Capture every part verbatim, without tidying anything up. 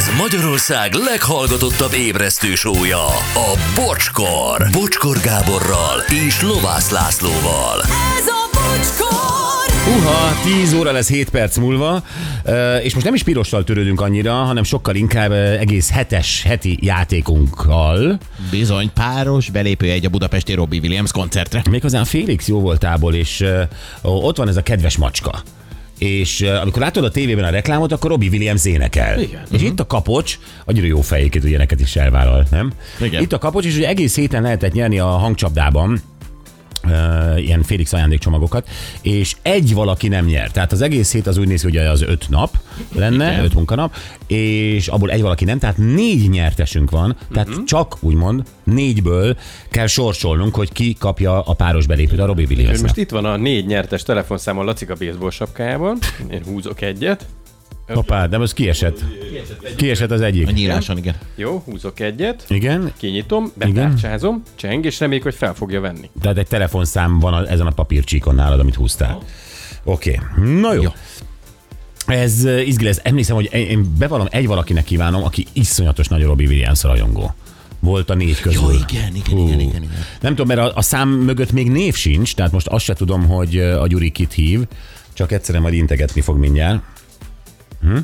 Ez Magyarország leghallgatottabb ébresztő show-ja, a Bocskor. Bocskor Gáborral és Lovász Lászlóval. Ez a Bocskor! Uha, tíz óra lesz hét perc múlva, és most nem is pirossal törődünk annyira, hanem sokkal inkább egész hetes heti játékunkkal. Bizony, páros belépő egy a budapesti Robbie Williams koncertre. Méghozzá a Félix jóvoltából, és ott van ez a kedves macska. És uh, amikor látod a tévében a reklámot, akkor Robbie Williams énekel. Igen. És uh-huh. itt a kapocs, annyira jó fejéket, ugye neked is elvállal, nem? Igen. Itt a kapocs, és ugye egész héten lehetett nyerni a hangcsapdában uh, ilyen Félix ajándékcsomagokat, és egy valaki nem nyert. Tehát az egész hét az úgy néz ki, hogy az öt nap lenne, igen. öt munkanap, és abból egy valaki nem, tehát négy nyertesünk van, tehát uh-huh. csak úgymond négyből kell sorsolnunk, hogy ki kapja a páros belépőt a Robbie Williams. Most itt van a négy nyertes telefonszámon Lacika baseball sapkájában. Én húzok egyet. Hoppá, de most kiesett. Kiesett az egyik. A nyíláson, igen. Jó, húzok egyet. Igen. Kinyitom, betárcsázom, cseng, és reméljük, hogy fel fogja venni. Tehát egy telefonszám van a, ezen a papírcsíkon nálad, amit húztál. Oké, okay. Na jó. jó. Ez izgi lesz. Emlékszem, hogy én bevallom, egy valakinek kívánom, aki iszonyatos nagy Robbie Williams rajongó. Volt a négy közül. Jó, igen, igen, igen, igen, igen. Nem tudom, mert a, a szám mögött még név sincs, tehát most azt se tudom, hogy a Gyuri kit hív, csak egyszerűen majd integetni fog mindjárt. Hm?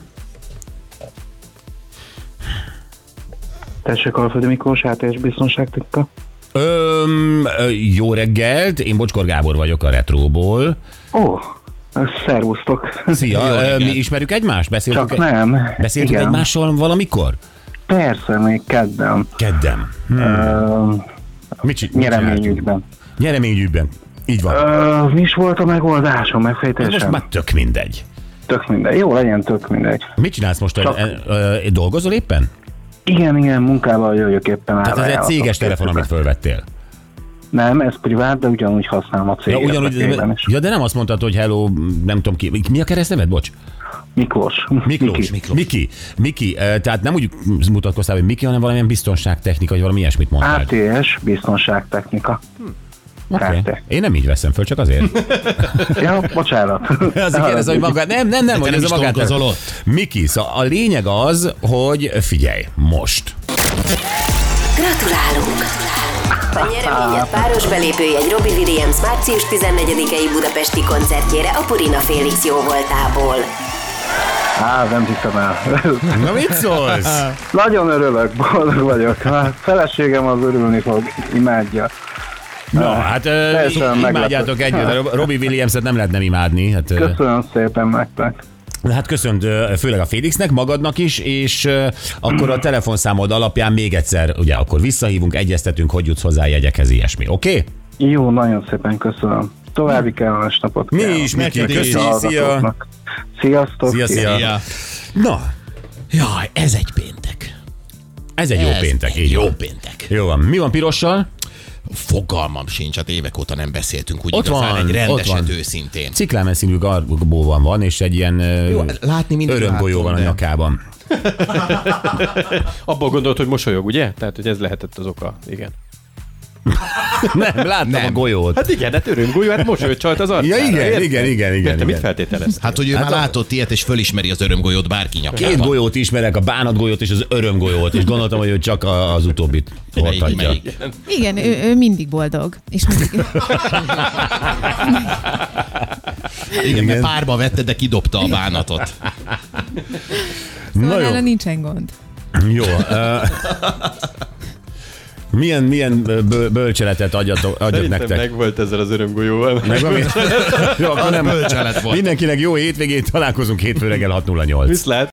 Tessék, Alföldi Miklós, háttérés biztonságtikka. Öm, jó reggelt, én Bocskor Gábor vagyok a Retróból. Ó, szervusztok. Szia, jó, mi ismerjük egymást? Beszéltünk Csak nem. Beszéltünk igen. egymással valamikor? Persze, még keddem. Keddem. Hmm. Uh, Mit csináltunk? Nyereményügyben. Nyereményügyben, így van. Uh, mi is volt a megoldásom, megfejtésem? Most már tök mindegy. Tök mindegy. Jó, legyen tök mindegy. Mit csinálsz most? Csak... E, e, dolgozol éppen? Igen, igen, munkával jöjjök éppen. Tehát ez egy céges telefon, amit fölvettél? Nem, ez privát, de ugyanúgy használom a céget. Ja, ugyanúgy, ja, de nem azt mondtad, hogy hello, nem tudom ki. Mi a keresztneved, bocs? Miklós. Miklós. Miki. Miklós. Miki. Miki. Tehát nem úgy mutatkoztál, hogy Miki, hanem valamilyen biztonságtechnika, vagy valami ilyesmit mondtál. á té es, biztonságtechnika. Hm. Okay. Én nem így veszem föl, csak azért. Ja, bocsánat. Azért kérdez, hogy magát. Nem, nem, nem, hogy ez a magát. Miki, szóval a lényeg az, hogy figyelj, most. Gratulálunk! A nyereményed páros belépője egy Robbie Williams március tizennegyedikei budapesti koncertjére a Purina Félix jóvoltából. Á, nem hiszem el. Na mit szólsz? Nagyon örülök, boldog vagyok. A feleségem az örülni fog, imádja. Na, hát uh, imádjátok együtt, a Robbie Williams-et nem lehet nem imádni. Hát, köszönöm szépen nektek. Hát köszönt főleg a Félixnek, magadnak is, és uh, akkor a telefonszámod alapján még egyszer, ugye akkor visszahívunk, egyeztetünk, hogy jutsz hozzá jegyekhez, ilyesmi, oké? Okay? Jó, nagyon szépen köszönöm. További kellemes napot. Mi kell. is, Miki, köszi, szia! Sziasztok! Szia, szia! szia. Na! Jaj, ez egy péntek. Ez egy ez jó péntek, így jó van. péntek. Jó van. Mi van pirossal? Fogalmam sincs, hát évek óta nem beszéltünk, úgy ott igazán van, egy rendeset őszintén. Ciklámen színű garbóban van, és egy ilyen jó, látni örömgolyó van a nyakában. Abból gondolt, hogy mosolyog, ugye? Tehát, hogy ez lehetett az oka, igen. Nem, láttam nem. a golyót. Hát igen, hát örömgolyó, hát mosolyog csalt az arcára. Ja, igen, igen, igen, igen. Te mit feltételeztél? Hát, hogy ő hát már a... látott ilyet, és fölismeri az örömgolyót bárki nyakában. Két golyót ismerek, a bánatgolyót és az örömgolyót, és gondoltam, hogy ő csak az utóbbit hordhatja. Igen, ő, ő mindig boldog. És mindig... igen, mert párba vette, de kidobta a bánatot. Szóval nála nincsen gond. Jó. Uh... Milyen, milyen bölcseletet adjatok, adjak nektek? Meg volt ezzel az örömgolyóval. Meg jó, akkor nem bölcselet volt. Mindenkinek jó hétvégét, találkozunk hétfő reggel hat nulla nyolc. Viszlát!